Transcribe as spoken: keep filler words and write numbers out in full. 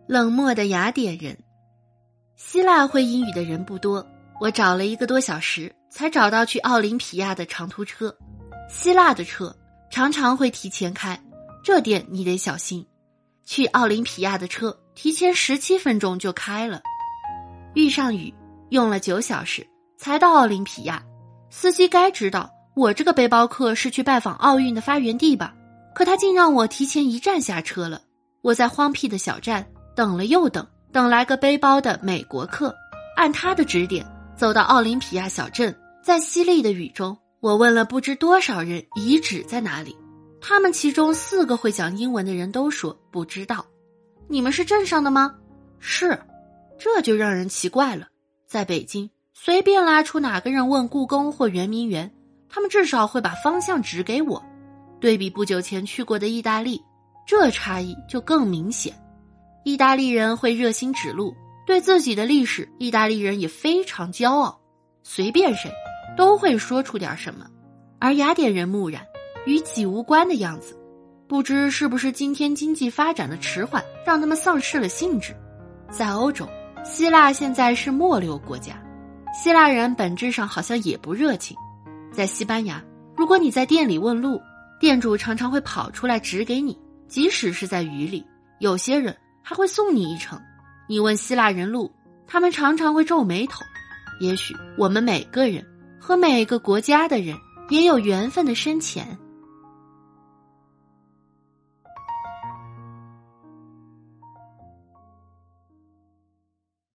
冷漠的雅典人。希腊会英语的人不多，我找了一个多小时才找到去奥林匹亚的长途车。希腊的车常常会提前开，这点你得小心。去奥林匹亚的车提前十七分钟就开了。遇上雨，用了九小时才到奥林匹亚。司机该知道我这个背包客是去拜访奥运的发源地吧，可他竟让我提前一站下车了。我在荒僻的小站等了又等，等来个背包的美国客，按他的指点走到奥林匹亚小镇。在淅沥的雨中，我问了不知多少人遗址在哪里，他们其中四个会讲英文的人都说不知道。你们是镇上的吗？是。这就让人奇怪了，在北京随便拉出哪个人问故宫或圆明园，他们至少会把方向指给我。对比不久前去过的意大利，这差异就更明显。意大利人会热心指路，对自己的历史，意大利人也非常骄傲，随便谁都会说出点什么。而雅典人木然，与己无关的样子，不知是不是今天经济发展的迟缓让他们丧失了兴致。在欧洲，希腊现在是末流国家，希腊人本质上好像也不热情。在西班牙，如果你在店里问路，店主常常会跑出来指给你，即使是在雨里，有些人还会送你一程。你问希腊人路，他们常常会皱眉头。也许我们每个人和每个国家的人也有缘分的深浅。